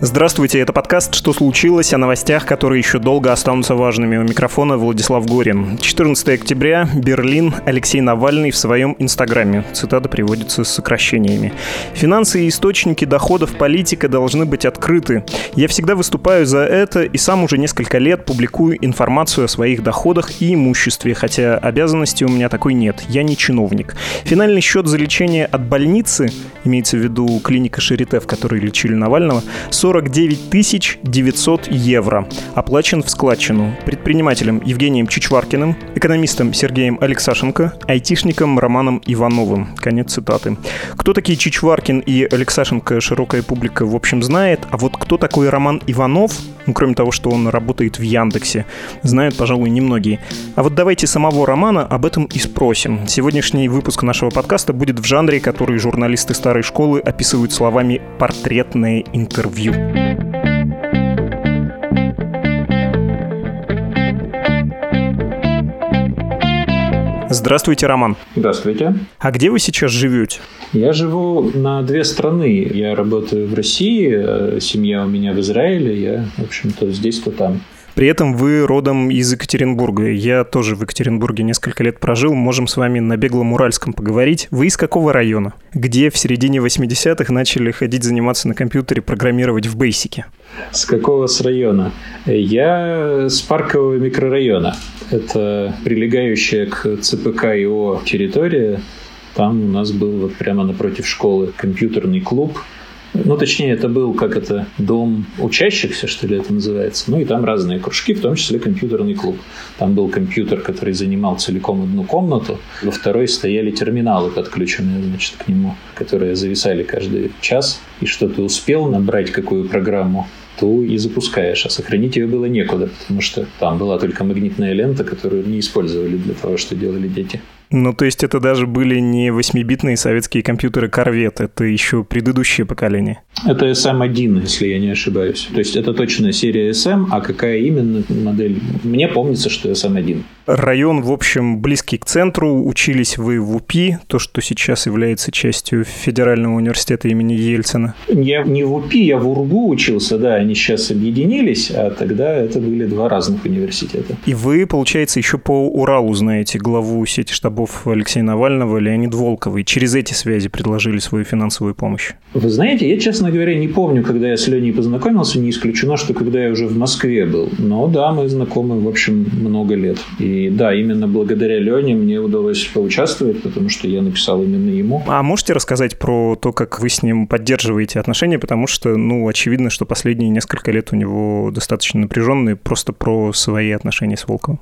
Здравствуйте, это подкаст «Что случилось?» о новостях, которые еще долго останутся важными. У микрофона Владислав Горин. 14 октября, Берлин, Алексей Навальный в своем инстаграме. Цитата приводится с сокращениями. «Финансы и источники доходов политика должны быть открыты. Я всегда выступаю за это и сам уже несколько лет публикую информацию о своих доходах и имуществе, хотя обязанности у меня такой нет. Я не чиновник. Финальный счет за лечение от больницы, имеется в виду клиника Шарите, в которой лечили Навального, 49 900 евро. Оплачен в складчину предпринимателем Евгением Чичваркиным, экономистом Сергеем Алексашенко, айтишником Романом Ивановым». Конец цитаты. Кто такие Чичваркин и Алексашенко, широкая публика, в общем, знает. А вот кто такой Роман Иванов, кроме того, что он работает в Яндексе, знают, пожалуй, немногие. А вот давайте самого Романа об этом и спросим. Сегодняшний выпуск нашего подкаста будет в жанре, который журналисты старой школы описывают словами «портретное интервью». Здравствуйте, Роман. Здравствуйте. А где вы сейчас живете? Я живу на две страны. Я работаю в России, семья у меня в Израиле. Я, в общем-то, здесь, то там. При этом вы родом из Екатеринбурга. Я тоже в Екатеринбурге несколько лет прожил. Можем с вами на беглом уральском поговорить. Вы из какого района? Где в середине 80-х начали ходить заниматься на компьютере, программировать в Basic? С какого района? Я с Паркового микрорайона. Это прилегающая к ЦПК ИО территория. Там у нас был вот прямо напротив школы компьютерный клуб. Точнее, это был, дом учащихся, что ли, это называется. И там разные кружки, в том числе компьютерный клуб. Там был компьютер, который занимал целиком одну комнату. Во второй стояли терминалы, подключенные, к нему, которые зависали каждый час. И что ты успел набрать, какую программу, то и запускаешь. А сохранить ее было некуда, потому что там была только магнитная лента, которую не использовали для того, что делали дети. То есть это даже были не 8-битные советские компьютеры Corvette, это еще предыдущее поколение? Это SM1, если я не ошибаюсь. То есть это точно серия SM, а какая именно модель? Мне помнится, что SM1. Район, в общем, близкий к центру. Учились вы в УПИ, то, что сейчас является частью Федерального университета имени Ельцина. Я не в УПИ, я в УрГУ учился, да, они сейчас объединились, а тогда это были два разных университета. И вы, получается, еще по Уралу знаете главу сети штабов Алексея Навального, Леонид Волков, и через эти связи предложили свою финансовую помощь. Вы знаете, я, честно говоря, не помню, когда я с Леней познакомился, не исключено, что когда я уже в Москве был. Но да, мы знакомы, в общем, много лет. И да, именно благодаря Лене мне удалось поучаствовать, потому что я написал именно ему. А можете рассказать про то, как вы с ним поддерживаете отношения? Потому что, очевидно, что последние несколько лет у него достаточно напряженные, просто про свои отношения с Волковым.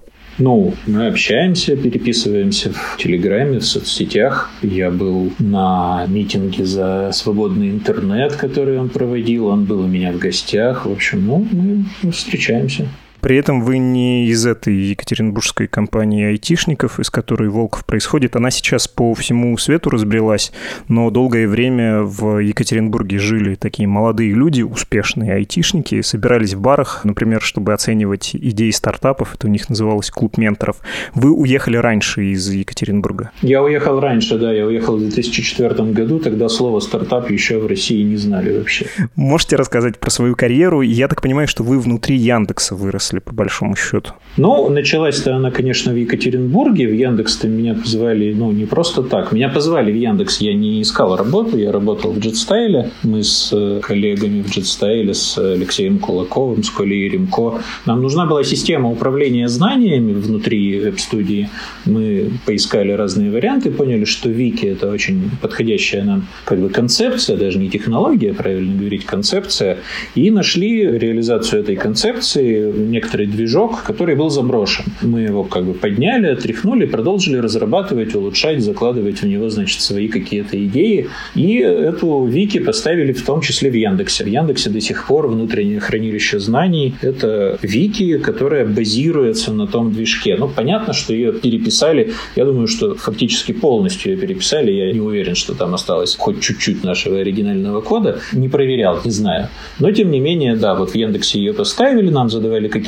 Мы общаемся, переписываемся в Телеграме, в соцсетях. Я был на митинге за свободный интернет, который он проводил. Он был у меня в гостях. В общем, мы встречаемся. При этом вы не из этой екатеринбургской компании айтишников, из которой Волков происходит. Она сейчас по всему свету разбрелась, но долгое время в Екатеринбурге жили такие молодые люди, успешные айтишники, собирались в барах, например, чтобы оценивать идеи стартапов. Это у них называлось «Клуб менторов». Вы уехали раньше из Екатеринбурга? Я уехал раньше, да. Я уехал в 2004 году. Тогда слово «стартап» еще в России не знали вообще. Можете рассказать про свою карьеру? Я так понимаю, что вы внутри Яндекса выросли, по большому счету. Началась-то она, конечно, в Екатеринбурге. В Яндекс-то меня позвали, не просто так. Меня позвали в Яндекс, я не искал работу, я работал в JetStyle. Мы с коллегами в JetStyle, с Алексеем Кулаковым, с Колей Ремко. Нам нужна была система управления знаниями внутри веб-студии. Мы поискали разные варианты, поняли, что Вики — это очень подходящая нам концепция, даже не технология, правильно говорить, концепция. И нашли реализацию этой концепции, некоторый движок, который был заброшен. Мы его подняли, отряхнули, продолжили разрабатывать, улучшать, закладывать в него, свои какие-то идеи. И эту Вики поставили в том числе в Яндексе. В Яндексе до сих пор внутреннее хранилище знаний — это Вики, которая базируется на том движке. Понятно, что ее переписали. Я думаю, что фактически полностью ее переписали. Я не уверен, что там осталось хоть чуть-чуть нашего оригинального кода. Не проверял, не знаю. Но, тем не менее, да, в Яндексе ее поставили, нам задавали какие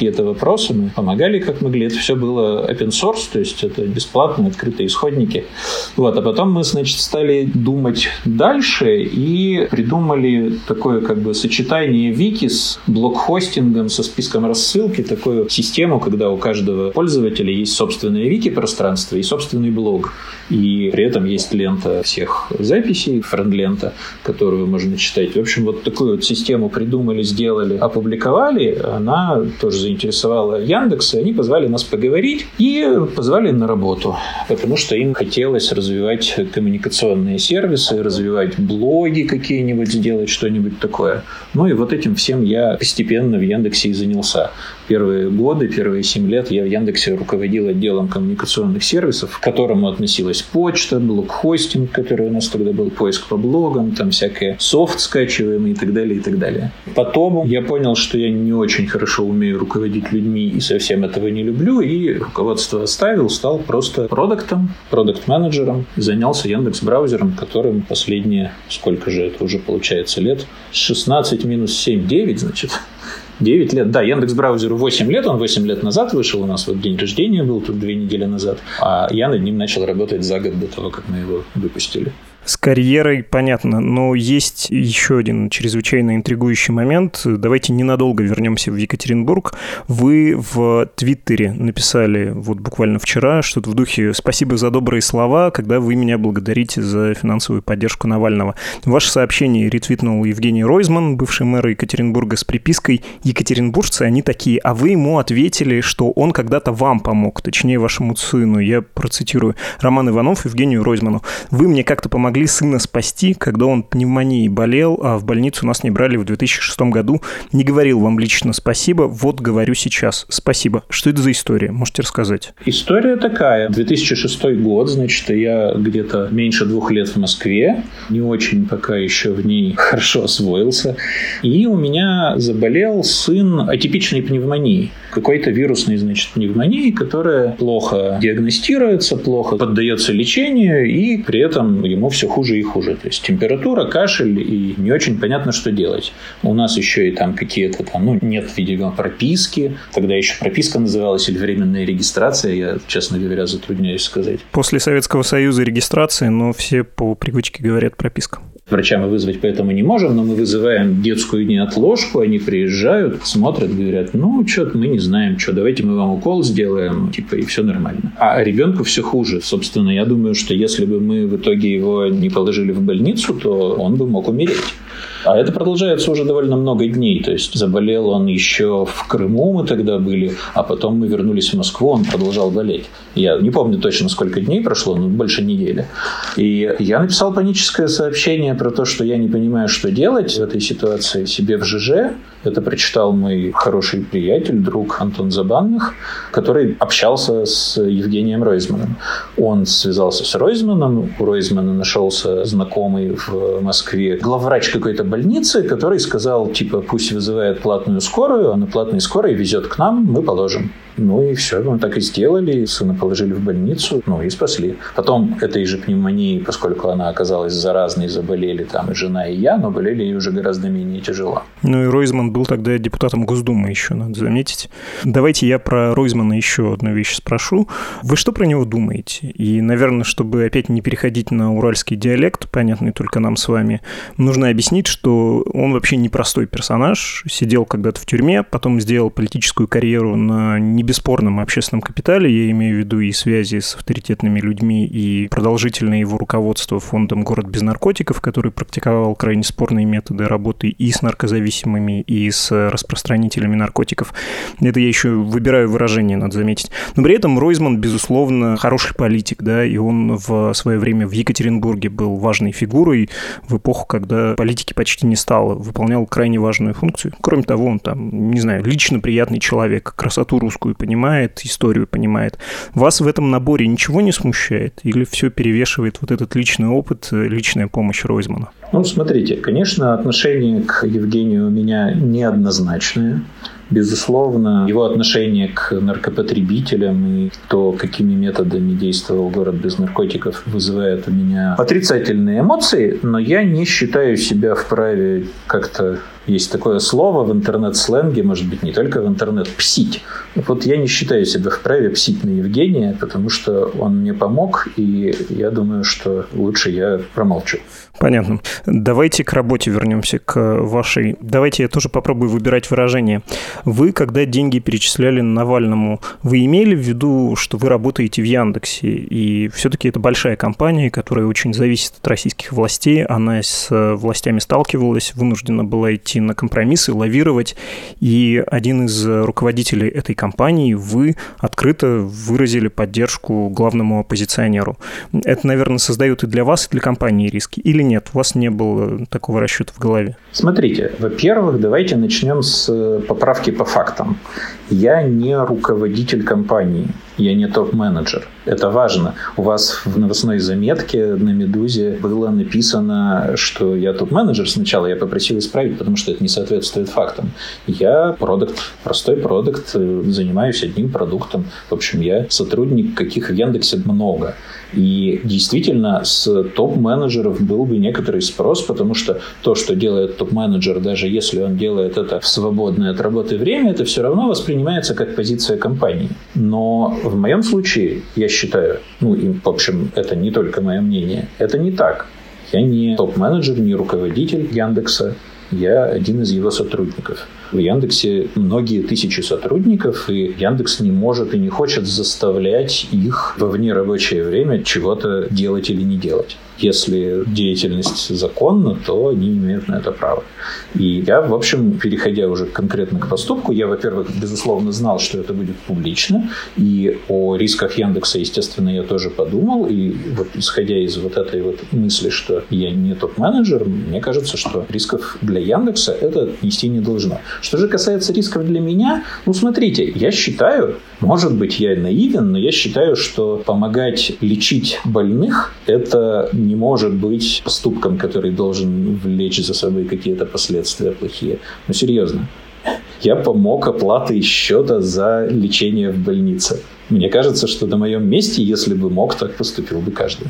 какие-то вопросы, мы помогали как могли. Это все было open source, то есть это бесплатные открытые исходники. Вот. А потом мы, значит, стали думать дальше и придумали такое как бы сочетание вики с блок-хостингом, со списком рассылки, такую систему, когда у каждого пользователя есть собственное вики-пространство и собственный блог. И при этом есть лента всех записей, френд-лента, которую можно читать. В общем, вот такую вот систему придумали, сделали, опубликовали. Она тоже заинтересовала Яндекс, и они позвали нас поговорить и позвали на работу, потому что им хотелось развивать коммуникационные сервисы, развивать блоги какие-нибудь, сделать что-нибудь такое. Ну и вот этим всем я постепенно в Яндексе и занялся. Первые годы, первые 7 лет я в Яндексе руководил отделом коммуникационных сервисов, к которому относилась почта, блог-хостинг, который у нас тогда был, поиск по блогам, там всякие софт скачиваемые и так далее, и так далее. Потом я понял, что я не очень хорошо умею руководить людьми и совсем этого не люблю, и руководство оставил, стал просто продуктом, продукт-менеджером, занялся Яндекс.Браузером, которым последние, сколько же это уже получается лет, 16 минус 7, 9, значит... 9 лет. Да, Яндекс.Браузеру 8 лет. Он 8 лет назад вышел. У нас вот день рождения был тут 2 недели назад. А я над ним начал работать за год до того, как мы его выпустили. С карьерой понятно, но есть еще один чрезвычайно интригующий момент. Давайте ненадолго вернемся в Екатеринбург. Вы в Твиттере написали вот буквально вчера что-то в духе «Спасибо за добрые слова, когда вы меня благодарите за финансовую поддержку Навального». Ваше сообщение ретвитнул Евгений Ройзман, бывший мэр Екатеринбурга, с припиской «Екатеринбуржцы, они такие», а вы ему ответили, что он когда-то вам помог, точнее, вашему сыну. Я процитирую. Роман Иванов Евгению Ройзману. «Вы мне как-то помогли сына спасти, когда он пневмонией болел, а в больницу нас не брали в 2006 году. Не говорил вам лично спасибо, вот говорю сейчас. Спасибо». Что это за история? Можете рассказать? История такая. 2006 год, значит, я где-то меньше 2 лет в Москве, не очень пока еще в ней хорошо освоился, и у меня заболел сын атипичной пневмонией. Какой-то вирусной, значит, пневмонии, которая плохо диагностируется, плохо поддается лечению, и при этом ему все хуже и хуже. То есть температура, кашель, и не очень понятно, что делать. У нас еще и там какие-то там, нет, видимо, прописки. Тогда еще прописка называлась или временная регистрация, я, честно говоря, затрудняюсь сказать. После Советского Союза регистрация, но все по привычке говорят прописка. Врача мы вызвать поэтому не можем, но мы вызываем детскую неотложку, они приезжают, смотрят, говорят, что-то мы не знаем, давайте мы вам укол сделаем, и все нормально. А ребенку все хуже. Собственно, я думаю, что если бы мы в итоге его не положили в больницу, то он бы мог умереть. А это продолжается уже довольно много дней. То есть заболел он еще в Крыму, мы тогда были, а потом мы вернулись в Москву, он продолжал болеть. Я не помню точно, сколько дней прошло, но больше недели. И я написал паническое сообщение про то, что я не понимаю, что делать в этой ситуации себе в ЖЖ. Это прочитал мой хороший приятель, друг Антон Забанных, который общался с Евгением Ройзманом. Он связался с Ройзманом, у Ройзмана нашелся знакомый в Москве, главврач какой-то больницы, который сказал, пусть вызывает платную скорую, а на платной скорой везет к нам, мы положим. И все, мы так и сделали, сына положили в больницу, и спасли. Потом этой же пневмонией, поскольку она оказалась заразной, заболели там и жена, и я, но болели ей уже гораздо менее тяжело. И Ройзман был тогда депутатом Госдумы еще, надо заметить. Давайте я про Ройзмана еще одну вещь спрошу. Вы что про него думаете? И, наверное, чтобы опять не переходить на уральский диалект, понятный только нам с вами, нужно объяснить, что он вообще непростой персонаж, сидел когда-то в тюрьме, потом сделал политическую карьеру на бесспорном общественном капитале, я имею в виду и связи с авторитетными людьми, и продолжительное его руководство фондом «Город без наркотиков», который практиковал крайне спорные методы работы и с наркозависимыми, и с распространителями наркотиков. Это я еще выбираю выражение, надо заметить. Но при этом Ройзман, безусловно, хороший политик, да, и он в свое время в Екатеринбурге был важной фигурой в эпоху, когда политики почти не стало, выполнял крайне важную функцию. Кроме того, он там, не знаю, лично приятный человек, красоту русскую понимает, историю понимает. Вас в этом наборе ничего не смущает? Или все перевешивает вот этот личный опыт, личная помощь Ройзмана? Смотрите, конечно, отношение к Евгению у меня неоднозначное. Безусловно, его отношение к наркопотребителям и то, какими методами действовал город без наркотиков, вызывает у меня отрицательные эмоции, но я не считаю себя вправе как-то Есть такое слово в интернет-сленге, может быть, не только в интернет, псить. Вот я не считаю себя вправе псить на Евгения, потому что он мне помог, и я думаю, что лучше я промолчу. Понятно. Давайте к работе вернемся, к вашей. Давайте я тоже попробую выбирать выражение. Вы, когда деньги перечисляли Навальному, вы имели в виду, что вы работаете в Яндексе, и все-таки это большая компания, которая очень зависит от российских властей, она с властями сталкивалась, вынуждена была идти на компромиссы, лавировать, и один из руководителей этой компании, вы открыто выразили поддержку главному оппозиционеру. Это, наверное, создает и для вас, и для компании риски. Или нет, у вас не было такого расчета в голове? Смотрите, во-первых, давайте начнем с поправки по фактам. Я не руководитель компании, я не топ-менеджер. Это важно. У вас в новостной заметке на «Медузе» было написано, что я топ-менеджер. Сначала я попросил исправить, потому что это не соответствует фактам. Я простой продукт, занимаюсь одним продуктом. В общем, я сотрудник, каких в Яндексе много. И действительно, с топ-менеджеров был бы некоторый спрос, потому что то, что делает топ-менеджер, даже если он делает это в свободное от работы время, это все равно воспринимается как позиция компании. Но в моем случае, я считаю, и, в общем, это не только мое мнение, это не так. Я не топ-менеджер, не руководитель Яндекса, я один из его сотрудников. В Яндексе многие тысячи сотрудников, и Яндекс не может и не хочет заставлять их во внерабочее время чего-то делать или не делать. Если деятельность законна, то они имеют на это право. И я, в общем, переходя уже конкретно к поступку, я, во-первых, безусловно, знал, что это будет публично, и о рисках Яндекса, естественно, я тоже подумал, и вот исходя из вот этой вот мысли, что я не топ-менеджер, мне кажется, что рисков для Яндекса это нести не должно. Что же касается рисков для меня, смотрите, я считаю, может быть, я наивен, но я считаю, что помогать лечить больных – это не может быть поступком, который должен влечь за собой какие-то последствия плохие. Серьезно. Я помог оплатой счета за лечение в больнице. Мне кажется, что на моем месте, если бы мог, так поступил бы каждый.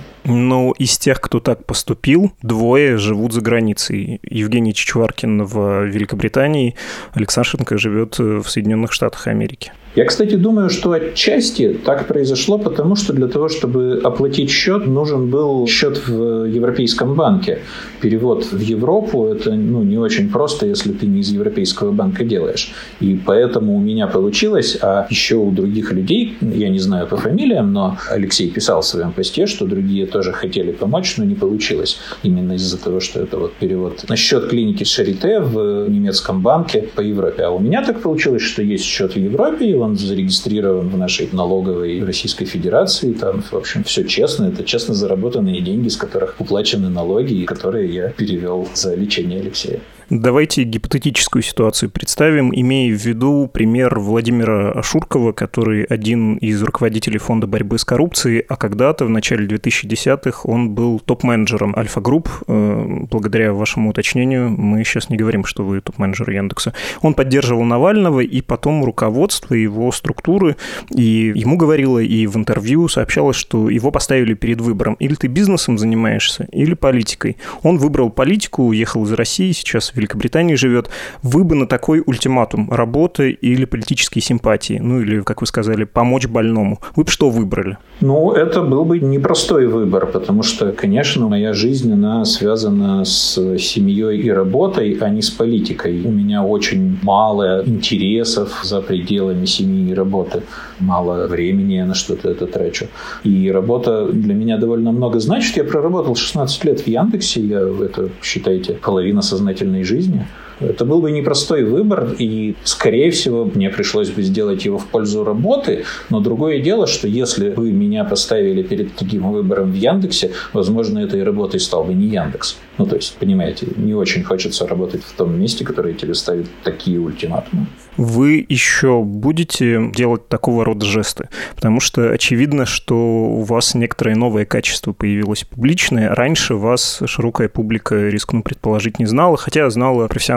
Из тех, кто так поступил, 2 живут за границей. Евгений Чичваркин в Великобритании, Алексашенко живет в Соединенных Штатах Америки. Я, кстати, думаю, что отчасти так произошло, потому что для того, чтобы оплатить счет, нужен был счет в Европейском банке. Перевод в Европу – это не очень просто, если ты не из Европейского банка делаешь. И поэтому у меня получилось, а еще у других людей, я не знаю по фамилиям, но Алексей писал в своем посте, что другие тоже хотели помочь, но не получилось. Именно из-за того, что это перевод на счет клиники Шарите в немецком банке по Европе. А у меня так получилось, что есть счет в Европе, и он зарегистрирован в нашей налоговой Российской Федерации. Там, в общем, все честно. Это честно заработанные деньги, с которых уплачены налоги, и которые я перевел за лечение Алексея. Давайте гипотетическую ситуацию представим, имея в виду пример Владимира Ашуркова, который один из руководителей фонда борьбы с коррупцией, а когда-то, в начале 2010-х, он был топ-менеджером Альфа-Групп. Благодаря вашему уточнению мы сейчас не говорим, что вы топ-менеджер Яндекса. Он поддерживал Навального, и потом руководство его структуры, и ему говорило, и в интервью сообщалось, что его поставили перед выбором. Или ты бизнесом занимаешься, или политикой. Он выбрал политику, уехал из России, сейчас в Великобритании живет. Вы бы на такой ультиматум: работа или политические симпатии, или, как вы сказали, помочь больному. Вы бы что выбрали? Это был бы непростой выбор, потому что, конечно, моя жизнь, она связана с семьей и работой, а не с политикой. У меня очень мало интересов за пределами семьи и работы. Мало времени я на что-то это трачу. И работа для меня довольно много значит. Я проработал 16 лет в Яндексе. Это, считайте, половина сознательной жизни. Это был бы непростой выбор, и, скорее всего, мне пришлось бы сделать его в пользу работы. Но другое дело, что если бы меня поставили перед таким выбором в Яндексе, возможно, этой работой стал бы не Яндекс. То есть, понимаете, не очень хочется работать в том месте, которое тебе ставит такие ультиматумы. Вы еще будете делать такого рода жесты? Потому что очевидно, что у вас некоторое новое качество появилось публичное. Раньше вас широкая публика, рискну предположить, не знала, хотя знала профессиональных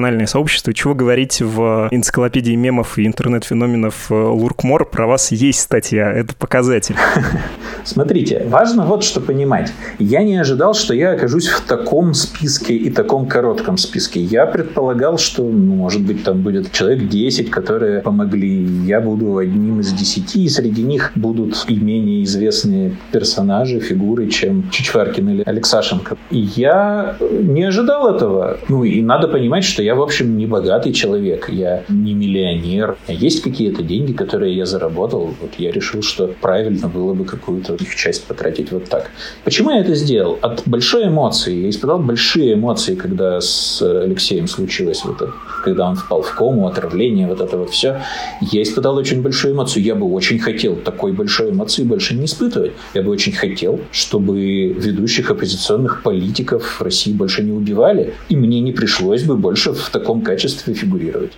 профессиональное сообщество. Чего говорить, в энциклопедии мемов и интернет-феноменов Луркмор про вас есть статья. Это показатель. Смотрите, важно вот что понимать. Я не ожидал, что я окажусь в таком списке и таком коротком списке. Я предполагал, что, может быть, там будет человек 10, которые помогли. Я буду одним из 10, и среди них будут и менее известные персонажи, фигуры, чем Чичваркин или Алексашенко. И я не ожидал этого. И надо понимать, что я, в общем, не богатый человек. Я не миллионер. Есть какие-то деньги, которые я заработал. Вот я решил, что правильно было бы какую-то их часть потратить вот так. Почему я это сделал? От большой эмоции. Я испытал большие эмоции, когда с Алексеем случилось вот это. Когда он впал в кому, отравление, вот это вот все. Я испытал очень большую эмоцию. Я бы очень хотел такой большой эмоции больше не испытывать. Я бы очень хотел, чтобы ведущих оппозиционных политиков в России больше не убивали. И мне не пришлось бы больше в таком качестве фигурировать.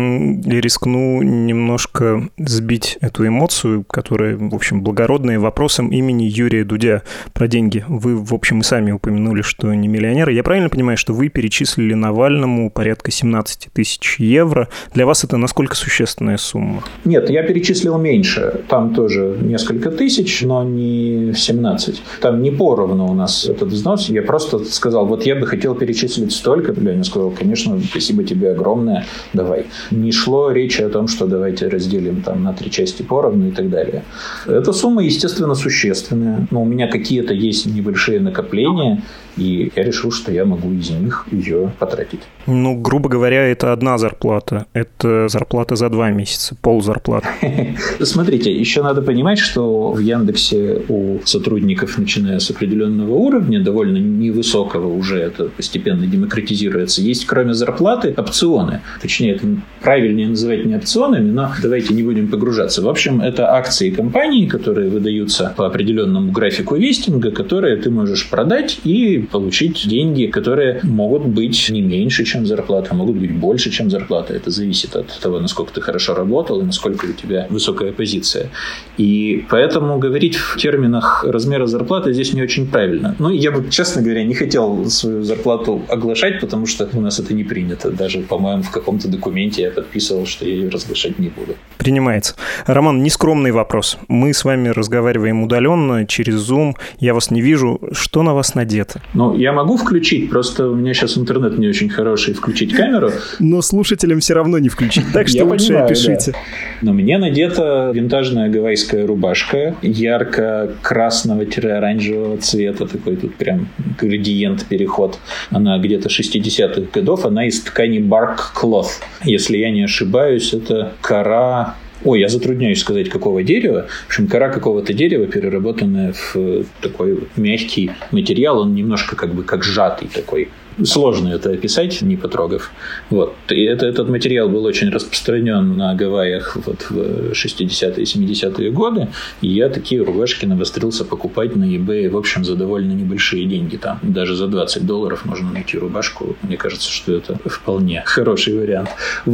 Я рискну немножко сбить эту эмоцию, которая, в общем, благородная, вопросом имени Юрия Дудя про деньги. Вы, в общем, и сами упомянули, что не миллионеры. Я правильно понимаю, что вы перечислили Навальному порядка 17 тысяч евро? Для вас это насколько существенная сумма? Нет, я перечислил меньше. Там тоже несколько тысяч, но не 17. Там не поровну у нас этот взнос. Я просто сказал, вот я бы хотел перечислить столько. Леня сказал, конечно, спасибо тебе огромное, давай. Не шло речи о том, что давайте разделим там на 3 части поровну и так далее. Эта сумма, естественно, существенная. Но у меня какие-то есть небольшие накопления, и я решил, что я могу из них ее потратить. Грубо говоря, это одна зарплата. Это зарплата за 2 месяца, ползарплаты. Смотрите, еще надо понимать, что в Яндексе у сотрудников, начиная с определенного уровня, довольно невысокого уже, это постепенно демократизируется, есть кроме зарплаты опционы. Точнее, это правильнее называть не опционами, но давайте не будем погружаться. В общем, это акции компании, которые выдаются по определенному графику вестинга, которые ты можешь продать и получить деньги, которые могут быть не меньше, чем зарплата, а могут быть больше, чем зарплата. Это зависит от того, насколько ты хорошо работал и насколько у тебя высокая позиция. И поэтому говорить в терминах размера зарплаты здесь не очень правильно. Я бы, честно говоря, не хотел свою зарплату оглашать, потому что у нас это не принято. Даже, по-моему, в каком-то документе я подписывал, что я ее разглашать не буду. Принимается. Роман, нескромный вопрос. Мы с вами разговариваем удаленно, через Zoom. Я вас не вижу. Что на вас надето? Я могу включить, просто у меня сейчас интернет не очень хороший, включить камеру. Но слушателям все равно не включить, так что лучше опишите. Да. Но мне надета винтажная гавайская рубашка ярко-красного-оранжевого цвета, такой тут прям градиент, переход. Она где-то 60-х годов, она из ткани bark cloth. Если я не ошибаюсь, это кора... я затрудняюсь сказать, какого дерева. В общем, кора какого-то дерева, переработанная в такой мягкий материал. Он немножко как сжатый такой. Сложно это описать, не потрогав. И этот материал был очень распространен на Гавайях в 60-е и 70-е годы. И я такие рубашки навострился покупать на eBay, в общем, за довольно небольшие деньги. Там даже за $20 можно найти рубашку. Мне кажется, что это вполне хороший вариант.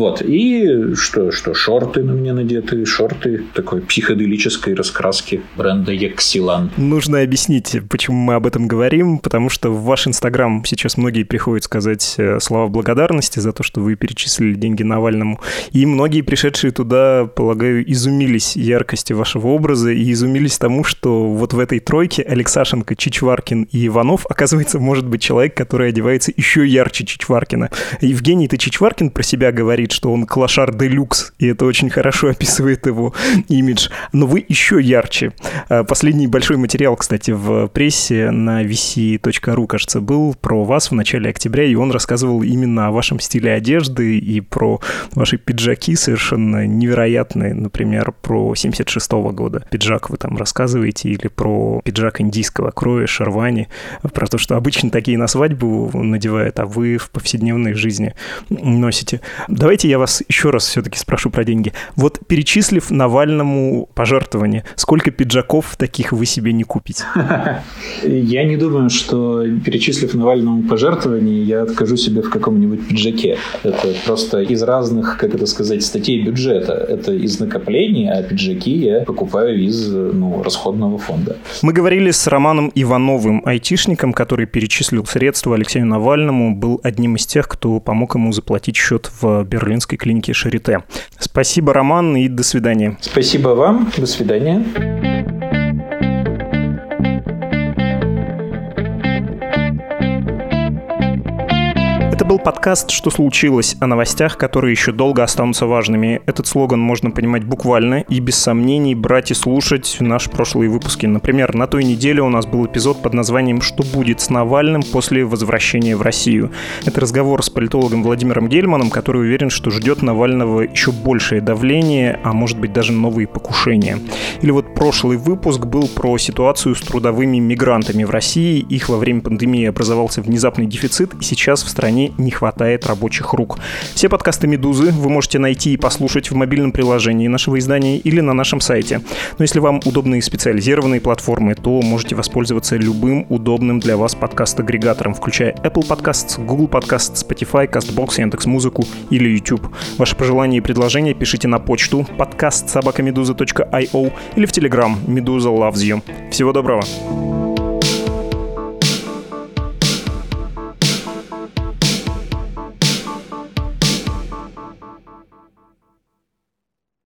И что шорты на мне надеты. Шорты такой психоделической раскраски бренда Yaxelan. Нужно объяснить, почему мы об этом говорим, потому что в ваш Инстаграм сейчас многие приходит сказать слова благодарности за то, что вы перечислили деньги Навальному. И многие пришедшие туда, полагаю, изумились яркости вашего образа и изумились тому, что вот в этой тройке Алексашенко, Чичваркин и Иванов, оказывается, может быть человек, который одевается еще ярче Чичваркина. Евгений-то Чичваркин про себя говорит, что он клошар де люкс, и это очень хорошо описывает его имидж. Но вы еще ярче. Последний большой материал, кстати, в прессе на vc.ru, кажется, был про вас в начале октября, и он рассказывал именно о вашем стиле одежды и про ваши пиджаки совершенно невероятные, например, про 76-го года пиджак вы там рассказываете, или про пиджак индийского кроя, шервани, про то, что обычно такие на свадьбу надевают, а вы в повседневной жизни носите. Давайте я вас еще раз все-таки спрошу про деньги. Перечислив Навальному пожертвования, сколько пиджаков таких вы себе не купите? Я не думаю, что перечислив Навальному пожертвования, пожертвований я откажу себе в каком-нибудь пиджаке. Это просто из разных, статей бюджета. Это из накоплений, а пиджаки я покупаю из расходного фонда. Мы говорили с Романом Ивановым, айтишником, который перечислил средства Алексею Навальному, был одним из тех, кто помог ему заплатить счет в берлинской клинике Шарите. Спасибо, Роман, и до свидания. Спасибо вам. До свидания. Это был подкаст «Что случилось?» о новостях, которые еще долго останутся важными. Этот слоган можно понимать буквально и без сомнений брать и слушать наши прошлые выпуски. Например, на той неделе у нас был эпизод под названием «Что будет с Навальным после возвращения в Россию?». Это разговор с политологом Владимиром Гельманом, который уверен, что ждет Навального еще большее давление, а может быть даже новые покушения. Или вот прошлый выпуск был про ситуацию с трудовыми мигрантами в России. Их во время пандемии образовался внезапный дефицит, и сейчас в стране не хватает рабочих рук. Все подкасты «Медузы» вы можете найти и послушать в мобильном приложении нашего издания или на нашем сайте. Но если вам удобны специализированные платформы, то можете воспользоваться любым удобным для вас подкаст-агрегатором, включая Apple Podcasts, Google Podcasts, Spotify, CastBox, Яндекс.Музыку или YouTube. Ваши пожелания и предложения пишите на почту podcast@meduza.io или в Telegram «Meduza loves you». Всего доброго!